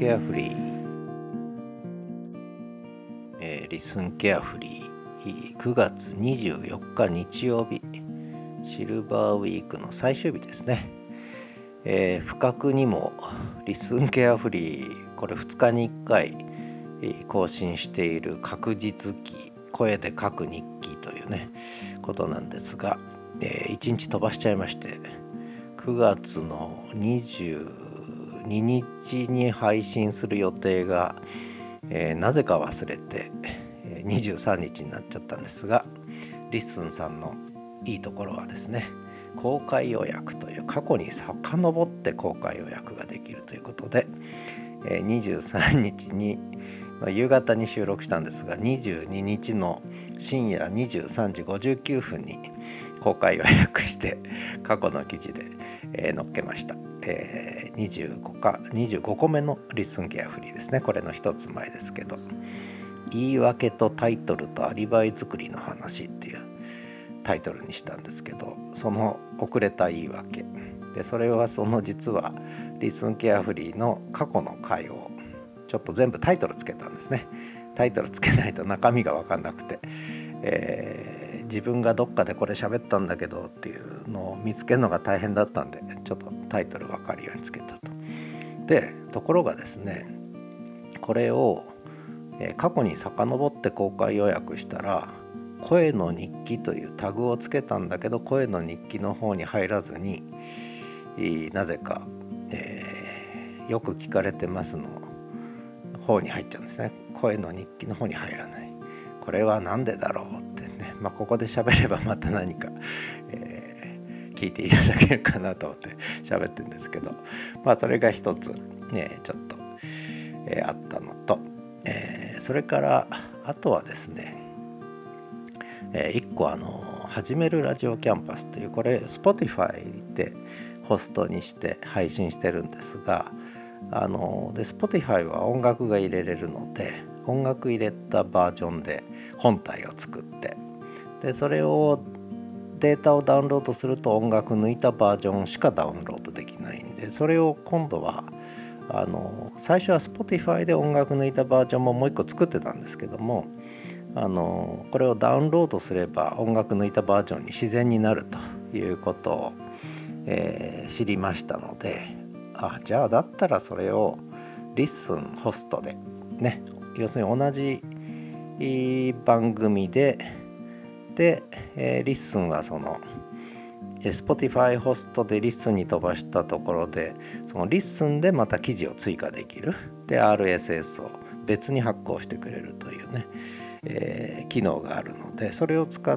ケアフリー、リスンケアフリー9月24日日曜日、シルバーウィークの最終日ですね。不覚にもリスンケアフリー、これ2日に1回更新している確実記、声で書く日記というねことなんですが、1日飛ばしちゃいまして、9月の22日に配信する予定が、なぜか忘れて23日になっちゃったんですが、リッスンさんのいいところはですね、公開予約という過去に遡って公開予約ができるということで、23日に夕方に収録したんですが、22日の深夜23時59分に公開予約して過去の記事で、載っけました。25個目のリスンケアフリーですね。これの一つ前ですけど、言い訳とタイトルとアリバイ作りの話っていうタイトルにしたんですけど、その遅れた言い訳で、それは実はリスンケアフリーの過去の回をちょっと全部タイトルつけたんですね。タイトルつけないと中身が分かんなくて、自分がどっかでこれ喋ったんだけどっていうのを見つけるのが大変だったんで、ちょっとタイトル分かるようにつけたと。で、ところがですね、これを過去に遡って公開予約したら、声の日記というタグをつけたんだけど、声の日記の方に入らずに、なぜか、よく聞かれてますの方に入っちゃうんですね。声の日記の方に入らない。これはなんでだろうってね、ここで喋ればまた何か、聞いていただけるかなと思って喋ってるんですけど、それが一つ、ちょっと、あったのと、それからあとはですね、1個始めるラジオキャンパスという、これ Spotify でホストにして配信してるんですが、Spotify は音楽が入れれるので、音楽入れたバージョンで本体を作って、でそれをデータをダウンロードすると音楽抜いたバージョンしかダウンロードできないんで、それを今度は最初は Spotify で音楽抜いたバージョンももう一個作ってたんですけども、これをダウンロードすれば音楽抜いたバージョンに自然になるということを、知りましたので、じゃあだったらそれをリッスンホストでね、要するに同じ番組でリッスンはSpotify ホストでリッスンに飛ばしたところで、そのリッスンでまた記事を追加できる。で RSS を別に発行してくれるというね、機能があるので、それを使って、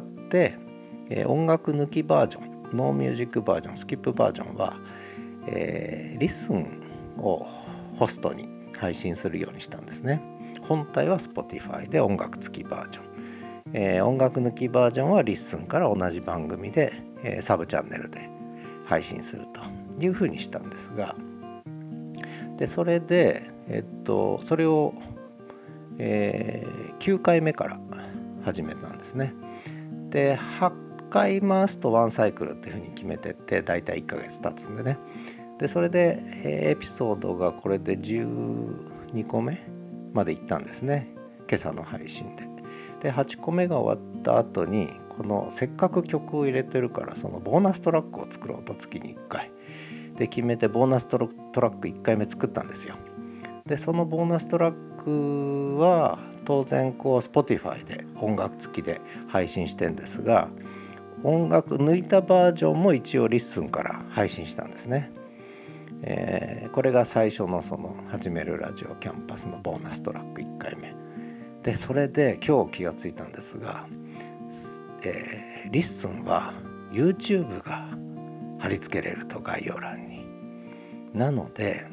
音楽抜きバージョン、ノーミュージックバージョン、スキップバージョンは、リッスンをホストに配信するようにしたんですね。本体は Spotify で音楽付きバージョン、音楽抜きバージョンはリッスンから同じ番組で、サブチャンネルで配信するというふうにしたんですが、でそれで、それを、9回目から始めたんですね。で8回回すと1サイクルっていうふうに決めてて、だいたい1ヶ月経つんでね。でそれで、エピソードがこれで12個目までいったんですね、今朝の配信で。で8個目が終わった後に、このせっかく曲を入れてるから、そのボーナストラックを作ろうと、月に1回で決めてボーナストラック1回目作ったんですよ。でそのボーナストラックは当然Spotify で音楽付きで配信してんですが、音楽抜いたバージョンも一応リッスンから配信したんですね。これが最初の始めるラジオキャンパスのボーナストラック1回目で、それで今日気がついたんですが、リッスンは YouTube が貼り付けれると、概要欄に。なので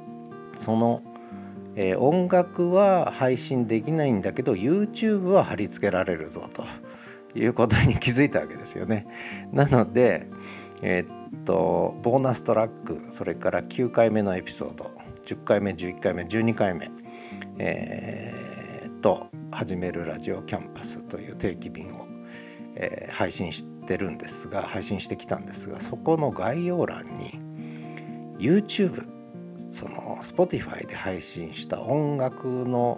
音楽は配信できないんだけど YouTube は貼り付けられるぞということに気づいたわけですよね。なので、ボーナストラック、それから9回目のエピソード、10回目、11回目、12回目、始めるラジオキャンパスという定期便を、配信してきたんですが、そこの概要欄に YouTube、 その Spotify で配信した音楽の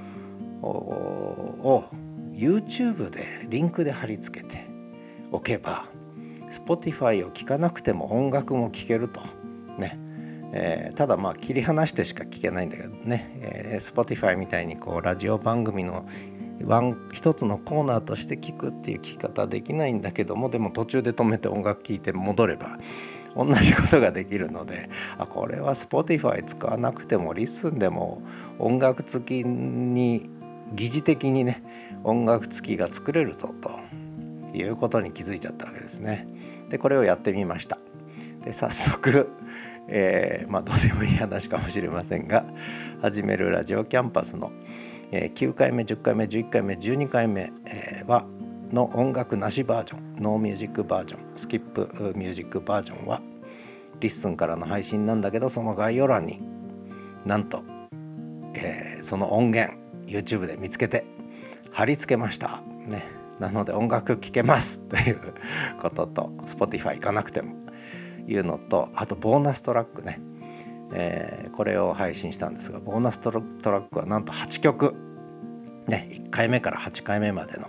を YouTube でリンクで貼り付けておけば Spotify を聴かなくても音楽も聴けるとね。ただ切り離してしか聴けないんだけどね、Spotify みたいにこうラジオ番組の一つのコーナーとして聴くっていう聴き方はできないんだけども、でも途中で止めて音楽聴いて戻れば同じことができるので、これは Spotify 使わなくてもリスンでも音楽付きに疑似的にね音楽付きが作れるぞということに気づいちゃったわけですね。でこれをやってみました。で早速、どうでもいい話かもしれませんが始めるラジオキャンパスの、9回目10回目11回目12回目、の音楽なしバージョン、ノーミュージックバージョン、スキップミュージックバージョンはリッスンからの配信なんだけど、その概要欄になんと、その音源 YouTube で見つけて貼り付けましたね。なので音楽聴けますということと Spotify 行かなくてもいうのと、あとボーナストラックね、これを配信したんですが、ボーナストラックはなんと8曲ね、1回目から8回目までの、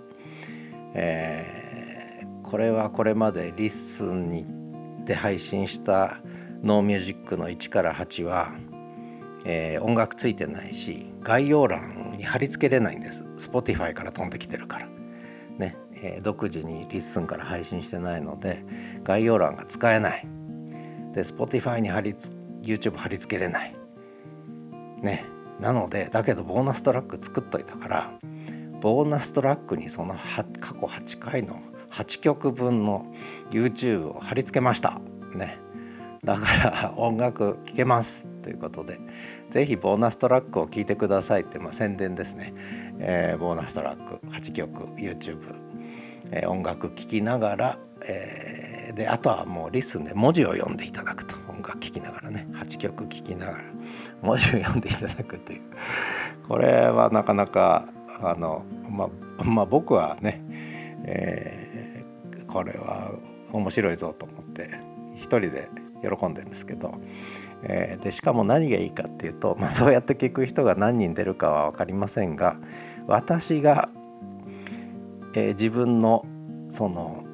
これはこれまでリッスンにで配信したノーミュージックの1から8は、音楽ついてないし概要欄に貼り付けれないんです。 Spotify から飛んできてるからね、独自にリッスンから配信してないので概要欄が使えないで、 Spotify にYouTube 貼り付けれないね。なのでだけどボーナストラック作っといたから、ボーナストラックにその過去8回の8曲分の YouTube を貼り付けましたね。だから音楽聴けますということで、ぜひボーナストラックを聴いてくださいって、宣伝ですね。ボーナストラック8曲 YouTube、音楽聴きながら、であとはもうリスンで文字を読んでいただくと、音楽聴きながらね、8曲聴きながら文字を読んでいただくという、これはなかなか僕はね、これは面白いぞと思って一人で喜んでるんですけど、でしかも何がいいかっていうと、そうやって聞く人が何人出るかは分かりませんが、私が、自分のその、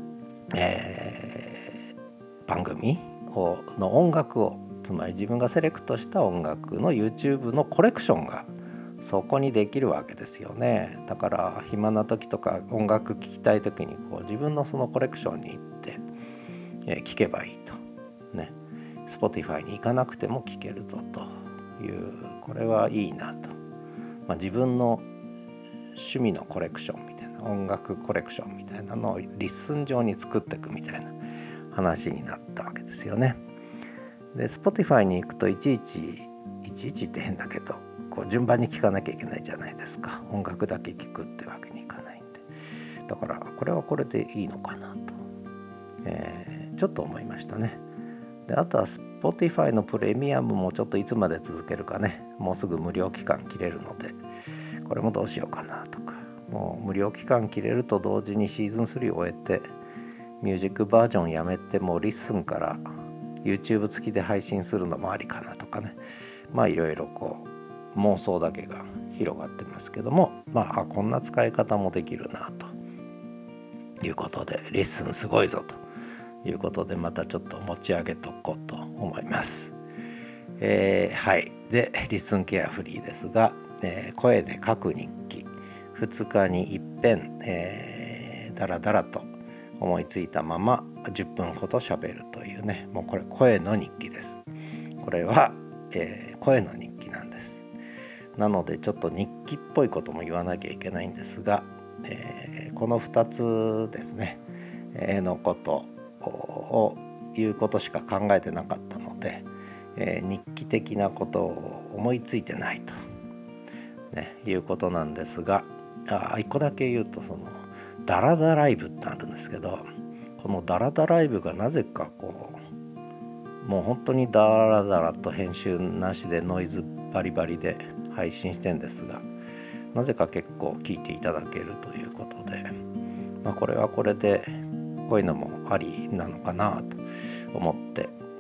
番組の音楽を、つまり自分がセレクトした音楽の YouTube のコレクションがそこにできるわけですよね。だから暇な時とか音楽聴きたい時に自分のそのコレクションに行って、聴けばいいとね。Spotify に行かなくても聴けるぞという、これはいいなと、自分の趣味のコレクションみたいな、音楽コレクションみたいなのをリッスン上に作っていくみたいな話になったわけですよね。で Spotify に行くといちいちって変だけど順番に聴かなきゃいけないじゃないですか。音楽だけ聴くってわけにいかないんで、だからこれはこれでいいのかなと、ちょっと思いましたね。であとは Spotify のプレミアムもちょっといつまで続けるかね、もうすぐ無料期間切れるのでこれもどうしようかなとか、もう無料期間切れると同時にシーズン3を終えてミュージックバージョンやめてもうリッスンから YouTube 付きで配信するのもありかなとかね、いろいろ妄想だけが広がってますけども、こんな使い方もできるなということで、リッスンすごいぞということで、またちょっと持ち上げとこうと思います。はい。でリッスンケアフリーですが、声で書く日記、2日に一遍、だらだらと思いついたまま10分ほど喋るというね、もうこれ声の日記です。これは、声の日記なんです。なのでちょっと日記っぽいことも言わなきゃいけないんですが、この2つですね、のことを言うことしか考えてなかったので、日記的なことを思いついてないと、いうことなんですが、一個だけ言うと、そのダラダライブってあるんですけど、このダラダライブがなぜかもう本当にダラダラと編集なしでノイズバリバリで配信してんですが、なぜか結構聞いていただけるということで、これはこれでこういうのもありなのかなと思って、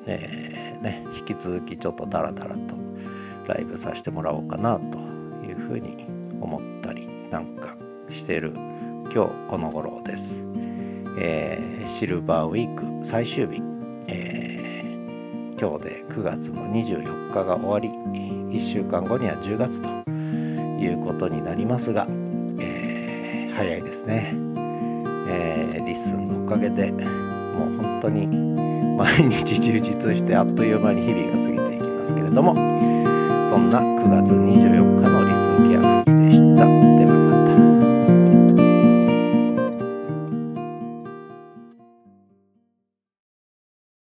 引き続きちょっとダラダラとライブさせてもらおうかなというふうに思ったりなんかしてる今日この頃です。シルバーウィーク最終日、今日で9月の24日が終わり、1週間後には10月ということになりますが、早いですね。リッスンのおかげでもう本当に毎日充実してあっという間に日々が過ぎていきますけれども、そんな9月24日